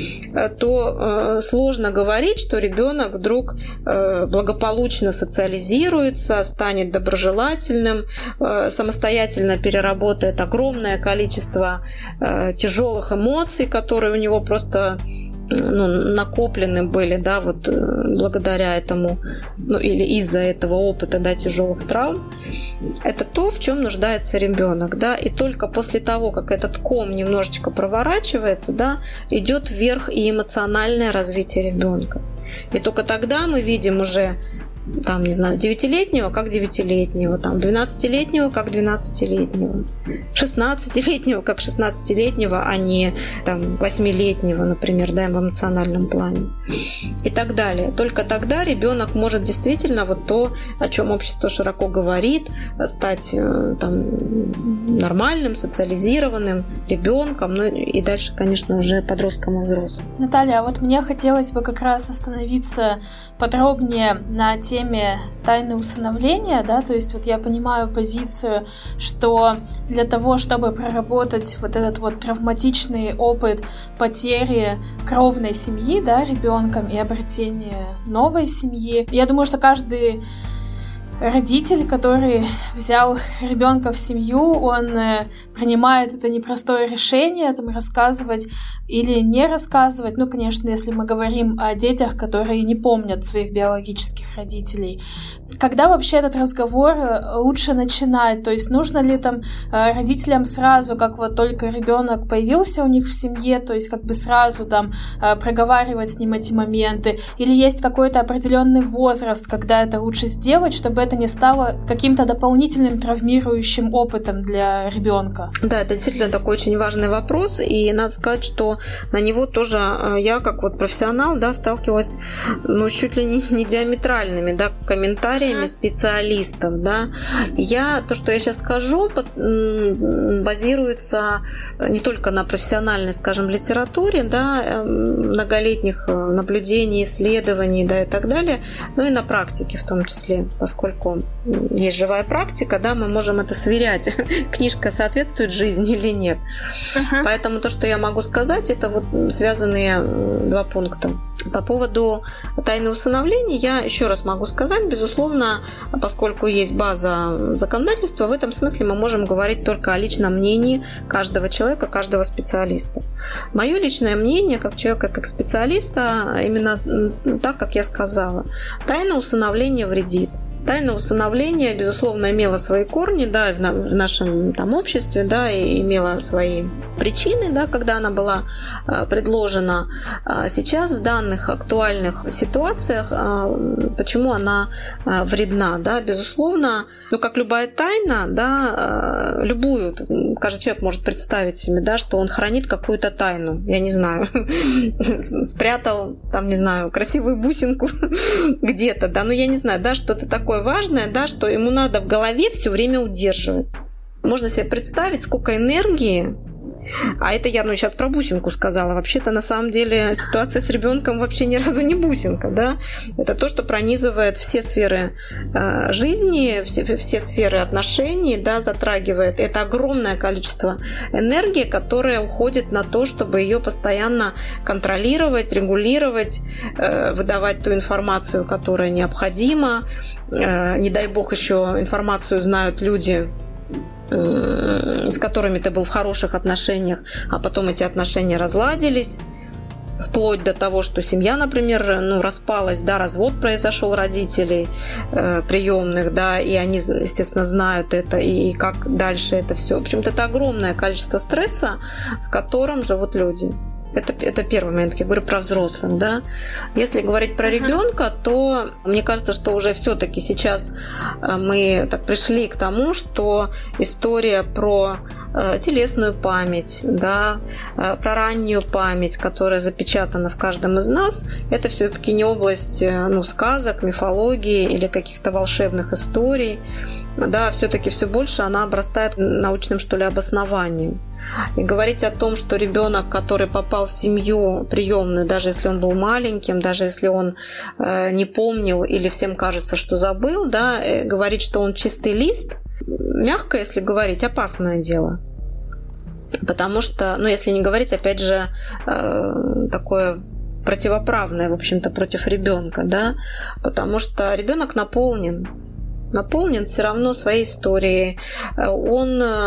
то сложно говорить, что ребенок вдруг благополучно социализируется, станет доброжелательным, самостоятельно переработает огромное количество тяжелых эмоций, которые у него просто накоплены были, да, вот благодаря этому, или из-за этого опыта, да, тяжелых травм. Это то, в чем нуждается ребенок, да, и только после того, как этот ком немножечко проворачивается, да, идет вверх и эмоциональное развитие ребенка. И только тогда мы видим уже 9-летнего как 9-летнего, 12-летнего как 12-летнего, 16-летнего как 16-летнего, а не 8-летнего, например, да, в эмоциональном плане. И так далее. Только тогда ребенок может действительно вот то, о чем общество широко говорит, стать нормальным, социализированным ребенком, и дальше, конечно, уже подростком и взрослым. Наталья, а вот мне хотелось бы как раз остановиться подробнее на теме тайны усыновления, да, то есть вот я понимаю позицию, что для того, чтобы проработать вот этот вот травматичный опыт потери кровной семьи, да, ребенком и обретения новой семьи, я думаю, что каждый родитель, который взял ребенка в семью, он принимает это непростое решение, рассказывать или не рассказывать. Конечно, если мы говорим о детях, которые не помнят своих биологических родителей. Когда вообще этот разговор лучше начинать? То есть нужно ли родителям сразу, как вот только ребенок появился у них в семье, то есть сразу проговаривать с ним эти моменты? Или есть какой-то определенный возраст, когда это лучше сделать, чтобы это не стало каким-то дополнительным травмирующим опытом для ребенка? Да, это действительно такой очень важный вопрос, и надо сказать, что на него тоже я, как вот профессионал, да, сталкивалась чуть ли не диаметральными, да, комментариями специалистов, да. То, что я сейчас скажу, базируется не только на профессиональной, скажем, литературе, да, многолетних наблюдений, исследований, да, и так далее, но и на практике в том числе, поскольку есть живая практика, да, мы можем это сверять, книжка соответствует жизни или нет. Поэтому то, что я могу сказать, это вот связанные два пункта. По поводу тайны усыновления я еще раз могу сказать, безусловно, поскольку есть база законодательства, в этом смысле мы можем говорить только о личном мнении каждого человека, каждого специалиста. Мое личное мнение, как человека, как специалиста, именно так, как я сказала. Тайна усыновления вредит. Тайна усыновления, безусловно, имела свои корни, да, в нашем обществе, да, и имела свои причины, да, когда она была предложена. Сейчас в данных актуальных ситуациях, почему она вредна, да, безусловно, как любая тайна, да, любую, каждый человек может представить себе, да, что он хранит какую-то тайну, я не знаю, спрятал, не знаю, красивую бусинку где-то, да, я не знаю, да, что-то такое важное, да, что ему надо в голове все время удерживать. Можно себе представить, сколько энергии, а это я сейчас про бусинку сказала, вообще-то на самом деле ситуация с ребенком вообще ни разу не бусинка, да, это то, что пронизывает все сферы жизни, все сферы отношений, да, затрагивает. Это огромное количество энергии, которая уходит на то, чтобы ее постоянно контролировать, регулировать, выдавать ту информацию, которая необходима. Не дай бог еще информацию знают люди, с которыми ты был в хороших отношениях, а потом эти отношения разладились, вплоть до того, что семья, например, распалась, да, развод произошел родителей приемных, да, и они, естественно, знают это, и как дальше это все. В общем-то, это огромное количество стресса, в котором живут люди. Это первый момент, я говорю про взрослых, да. Если говорить про ребенка, то мне кажется, что уже все-таки сейчас мы так пришли к тому, что история про телесную память, да, про раннюю память, которая запечатана в каждом из нас, это все-таки не область сказок, мифологии или каких-то волшебных историй. Да, все-таки все больше она обрастает научным, что ли, обоснованием. И говорить о том, что ребенок, который попал в семью приемную, даже если он был маленьким, даже если он не помнил или всем кажется, что забыл, да, говорить, что он чистый лист, мягко, если говорить, опасное дело. Потому что, если не говорить, опять же, такое противоправное, в общем-то, против ребенка, да, потому что ребенок наполнен все равно своей историей. У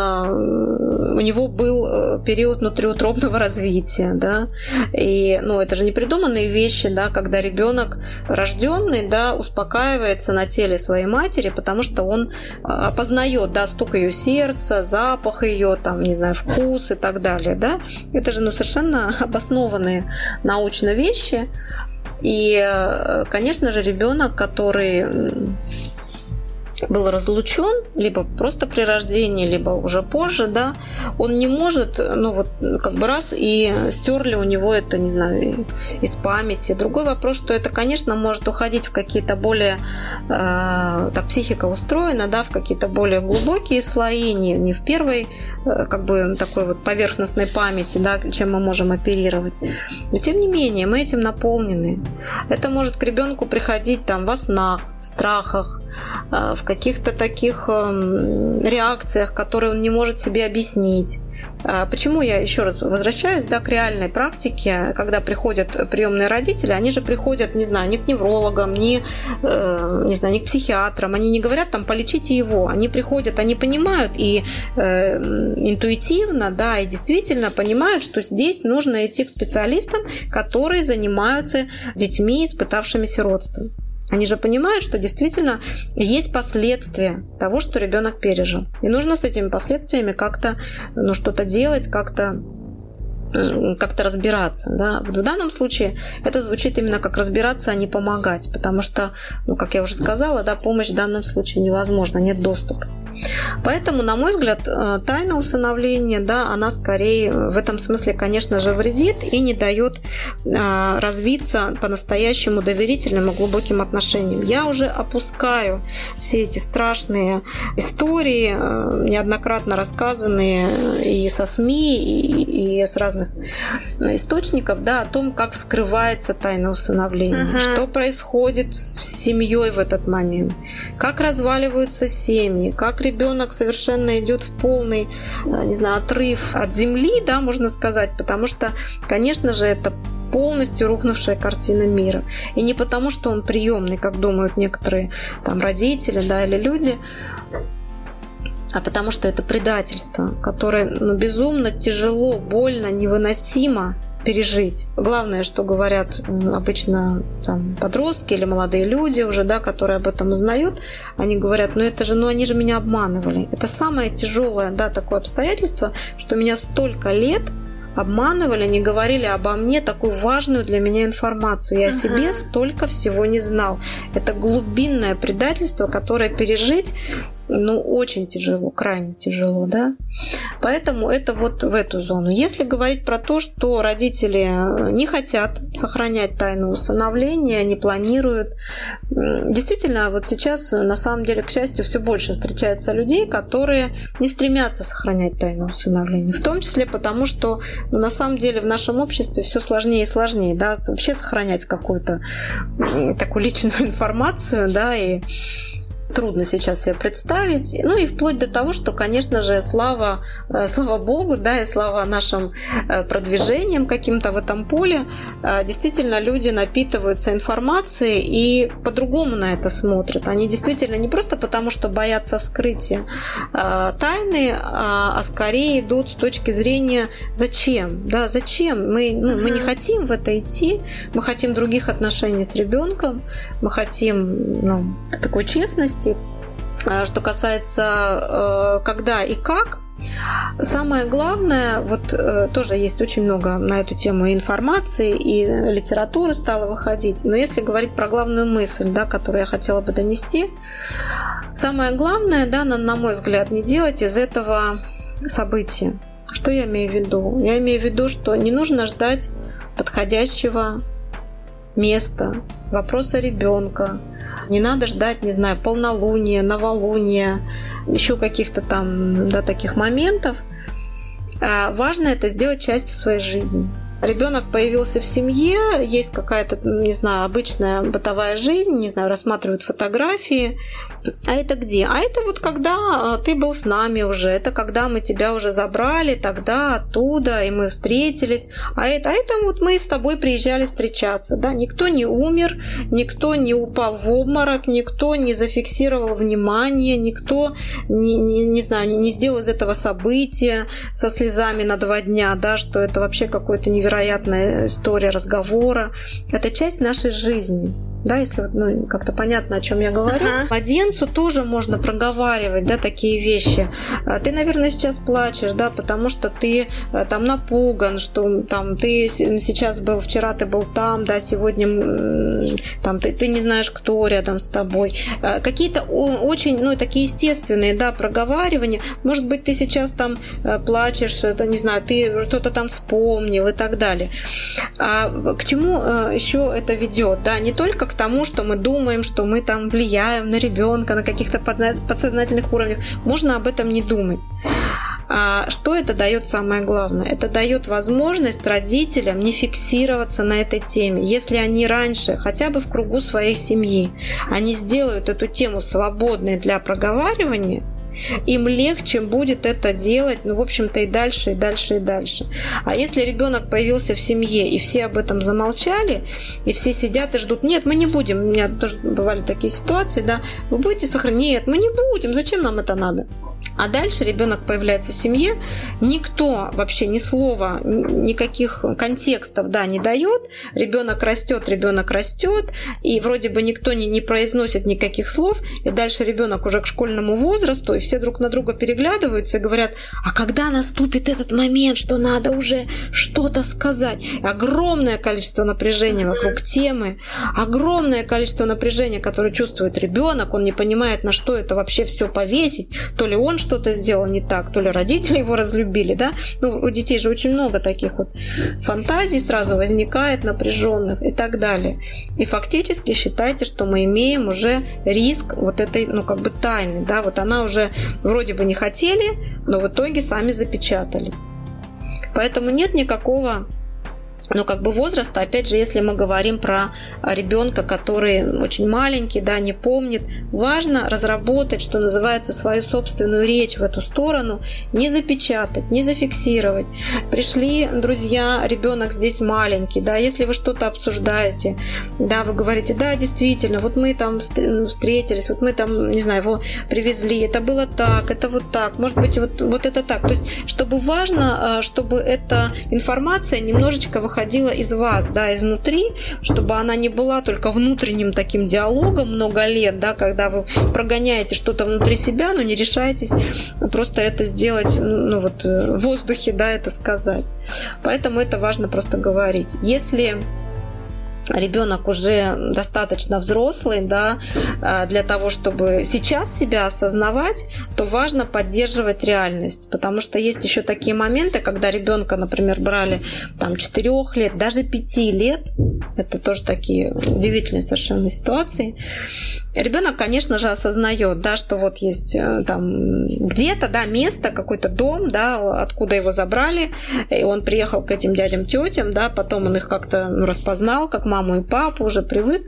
него был период внутриутробного развития, да, и, это же не придуманные вещи, да, когда ребенок рожденный, да, успокаивается на теле своей матери, потому что он опознает, да, стук ее сердца, запах ее, не знаю, вкус и так далее, да. Это же, совершенно обоснованные научно вещи. И, конечно же, ребенок, который был разлучен, либо просто при рождении, либо уже позже, да, он не может, раз и стерли у него это, не знаю, из памяти. Другой вопрос, что это, конечно, может уходить в какие-то более, психика устроена, да, в какие-то более глубокие слои, не в первой, такой поверхностной памяти, да, чем мы можем оперировать. Но, тем не менее, мы этим наполнены. Это может к ребенку приходить во снах, в страхах, в каких-то таких реакциях, которые он не может себе объяснить. Почему я еще раз возвращаюсь, да, к реальной практике, когда приходят приемные родители, они же приходят, не знаю, не к неврологам, не к психиатрам, они не говорят полечите его, они приходят, они понимают и интуитивно, да, и действительно понимают, что здесь нужно идти к специалистам, которые занимаются детьми, испытавшими сиротство. Они же понимают, что действительно есть последствия того, что ребенок пережил. И нужно с этими последствиями как-то что-то делать, как-то разбираться. Да. В данном случае это звучит именно как разбираться, а не помогать, потому что, как я уже сказала, да, помощь в данном случае невозможна, нет доступа. Поэтому, на мой взгляд, тайна усыновления, да, она скорее в этом смысле, конечно же, вредит и не дает развиться по-настоящему доверительным и глубоким отношениям. Я уже опускаю все эти страшные истории, неоднократно рассказанные и со СМИ, и с разных источников, да, о том, как вскрывается тайна усыновления, что происходит с семьей в этот момент, как разваливаются семьи, как ребенок совершенно идет в полный, не знаю, отрыв от земли, да, можно сказать, потому что, конечно же, это полностью рухнувшая картина мира. И не потому, что он приемный, как думают некоторые там родители, да, или люди, а потому что это предательство, которое безумно тяжело, больно, невыносимо пережить. Главное, что говорят обычно там подростки или молодые люди уже, да, которые об этом узнают, они говорят, они же меня обманывали. Это самое тяжелое, да, такое обстоятельство, что меня столько лет обманывали, не говорили обо мне такую важную для меня информацию. Я о себе столько всего не знал. Это глубинное предательство, которое пережить очень тяжело, крайне тяжело, да. Поэтому это вот в эту зону. Если говорить про то, что родители не хотят сохранять тайну усыновления, не планируют, действительно, вот сейчас, на самом деле, к счастью, все больше встречается людей, которые не стремятся сохранять тайну усыновления, в том числе потому, что на самом деле в нашем обществе все сложнее и сложнее, да, вообще сохранять какую-то такую личную информацию, да, и трудно сейчас себе представить. И вплоть до того, что, конечно же, слава Богу, да, и слава нашим продвижениям каким-то в этом поле, действительно люди напитываются информацией и по-другому на это смотрят. Они действительно не просто потому, что боятся вскрытия тайны, а скорее идут с точки зрения зачем. Да, зачем? Мы не хотим в это идти, мы хотим других отношений с ребенком, мы хотим такой честности. Что касается когда и как, самое главное, тоже есть очень много на эту тему информации, и литературы стало выходить, но если говорить про главную мысль, да, которую я хотела бы донести, самое главное, да, на мой взгляд, не делать из этого события. Что я имею в виду? Я имею в виду, что не нужно ждать подходящего места, вопроса ребенка. Не надо ждать, не знаю, полнолуния, новолуния, еще каких-то там, да, таких моментов. Важно это сделать частью своей жизни. Ребенок появился в семье, есть какая-то, не знаю, обычная бытовая жизнь, не знаю, рассматривают фотографии. А это где? А это вот когда ты был с нами уже, это когда мы тебя уже забрали, тогда оттуда, и мы встретились. А это вот мы с тобой приезжали встречаться. Да? Никто не умер, никто не упал в обморок, никто не зафиксировал внимание, никто не сделал из этого события со слезами на 2 дня, да, что это вообще какая-то невероятная история разговора. Это часть нашей жизни. Да, если как-то понятно, о чем я говорю. Младенцу тоже можно проговаривать, да, такие вещи. Ты, наверное, сейчас плачешь, да, потому что ты там напуган, что там ты сейчас был, вчера ты был там, да, сегодня там ты не знаешь, кто рядом с тобой. Какие-то очень, такие естественные, да, проговаривания. Может быть, ты сейчас там плачешь, не знаю, ты что-то там вспомнил и так далее. А к чему еще это ведет, да, не только к тому, что мы думаем, что мы там влияем на ребенка на каких-то подсознательных уровнях. Можно об этом не думать. А что это дает самое главное? Это дает возможность родителям не фиксироваться на этой теме. Если они раньше, хотя бы в кругу своей семьи, они сделают эту тему свободной для проговаривания, им легче будет это делать, в общем-то, и дальше, и дальше, и дальше. А если ребенок появился в семье, и все об этом замолчали, и все сидят и ждут, нет, мы не будем, у меня тоже бывали такие ситуации, да, вы будете сохранять, нет, мы не будем, зачем нам это надо? А дальше ребенок появляется в семье, никто вообще ни слова, никаких контекстов, да, не дает, ребенок растет, и вроде бы никто не произносит никаких слов, и дальше ребенок уже к школьному возрасту, и все друг на друга переглядываются и говорят, а когда наступит этот момент, что надо уже что-то сказать? Огромное количество напряжения вокруг темы, огромное количество напряжения, которое чувствует ребенок, он не понимает, на что это вообще все повесить, то ли он что-то сделал не так, то ли родители его разлюбили, да? У детей же очень много таких вот фантазий сразу возникает, напряженных и так далее. И фактически считайте, что мы имеем уже риск вот этой, тайны, да, вот она уже вроде бы не хотели, но в итоге сами запечатали. Поэтому нет никакого возраста, опять же, если мы говорим про ребенка, который очень маленький, да, не помнит, важно разработать, что называется, свою собственную речь в эту сторону, не запечатать, не зафиксировать. Пришли друзья, ребенок здесь маленький, да, если вы что-то обсуждаете, да, вы говорите, да, действительно, вот мы там встретились, вот мы там, не знаю, его привезли, это было так, это вот так, может быть, вот это так. То есть, чтобы важно, чтобы эта информация немножечко выходила из вас, да, изнутри, чтобы она не была только внутренним таким диалогом много лет, да, когда вы прогоняете что-то внутри себя, но не решаетесь просто это сделать, в воздухе, да, это сказать. Поэтому это важно просто говорить. Если ребенок уже достаточно взрослый, да, для того, чтобы сейчас себя осознавать, то важно поддерживать реальность, потому что есть еще такие моменты, когда ребенка, например, брали 4 лет, даже 5 лет, это тоже такие удивительные совершенно ситуации. Ребенок, конечно же, осознает, да, что вот есть там где-то, да, место, какой-то дом, да, откуда его забрали, и он приехал к этим дядям, тетям, да, потом он их как-то распознал, как маму и папу, уже привык.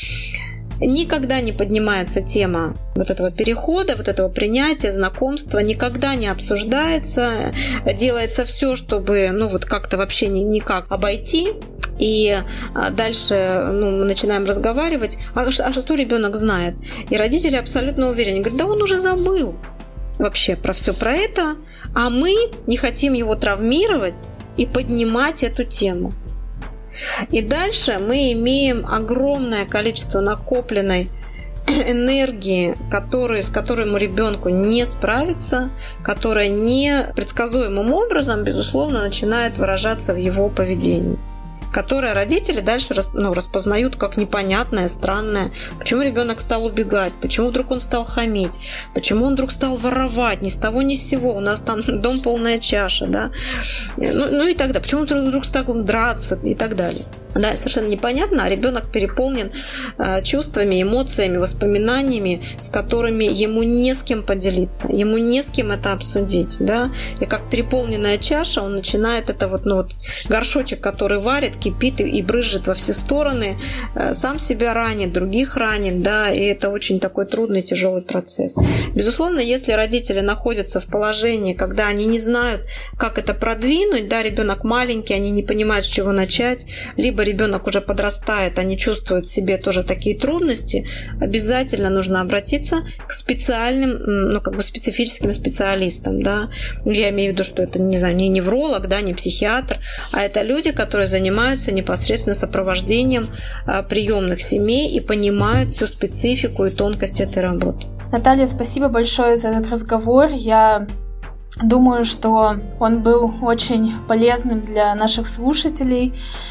Никогда не поднимается тема вот этого перехода, вот этого принятия, знакомства, никогда не обсуждается, делается все, чтобы, как-то вообще никак обойти. И дальше мы начинаем разговаривать, а что ребенок знает? И родители абсолютно уверены, говорят, да он уже забыл вообще про все про это, а мы не хотим его травмировать и поднимать эту тему. И дальше мы имеем огромное количество накопленной энергии, с которой ребенку не справиться, которая непредсказуемым образом, безусловно, начинает выражаться в его поведении, которое родители дальше распознают как непонятное, странное. Почему ребенок стал убегать? Почему вдруг он стал хамить? Почему он вдруг стал воровать? Ни с того, ни с сего. У нас там дом полная чаша, да? И так далее. Почему он вдруг стал драться и так далее. Да, совершенно непонятно, а ребенок переполнен чувствами, эмоциями, воспоминаниями, с которыми ему не с кем поделиться, ему не с кем это обсудить, да, и как переполненная чаша, он начинает это горшочек, который варит, кипит и брызжет во все стороны, сам себя ранит, других ранит, да, и это очень такой трудный, тяжелый процесс. Безусловно, если родители находятся в положении, когда они не знают, как это продвинуть, да, ребенок маленький, они не понимают, с чего начать, либо ребенок уже подрастает, они чувствуют в себе тоже такие трудности, обязательно нужно обратиться к специальным, специфическим специалистам, да. Я имею в виду, что это, не знаю, не невролог, да, не психиатр, а это люди, которые занимаются непосредственно сопровождением приемных семей и понимают всю специфику и тонкость этой работы. Наталья, спасибо большое за этот разговор. Я думаю, что он был очень полезным для наших слушателей.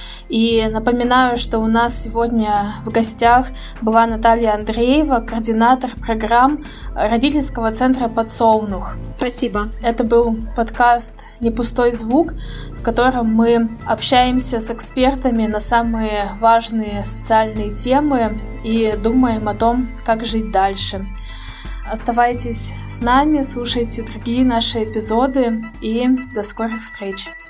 И напоминаю, что у нас сегодня в гостях была Наталья Андреева, координатор программ родительского центра «Подсолнух». Спасибо. Это был подкаст «Не пустой звук», в котором мы общаемся с экспертами на самые важные социальные темы и думаем о том, как жить дальше. Оставайтесь с нами, слушайте другие наши эпизоды и до скорых встреч!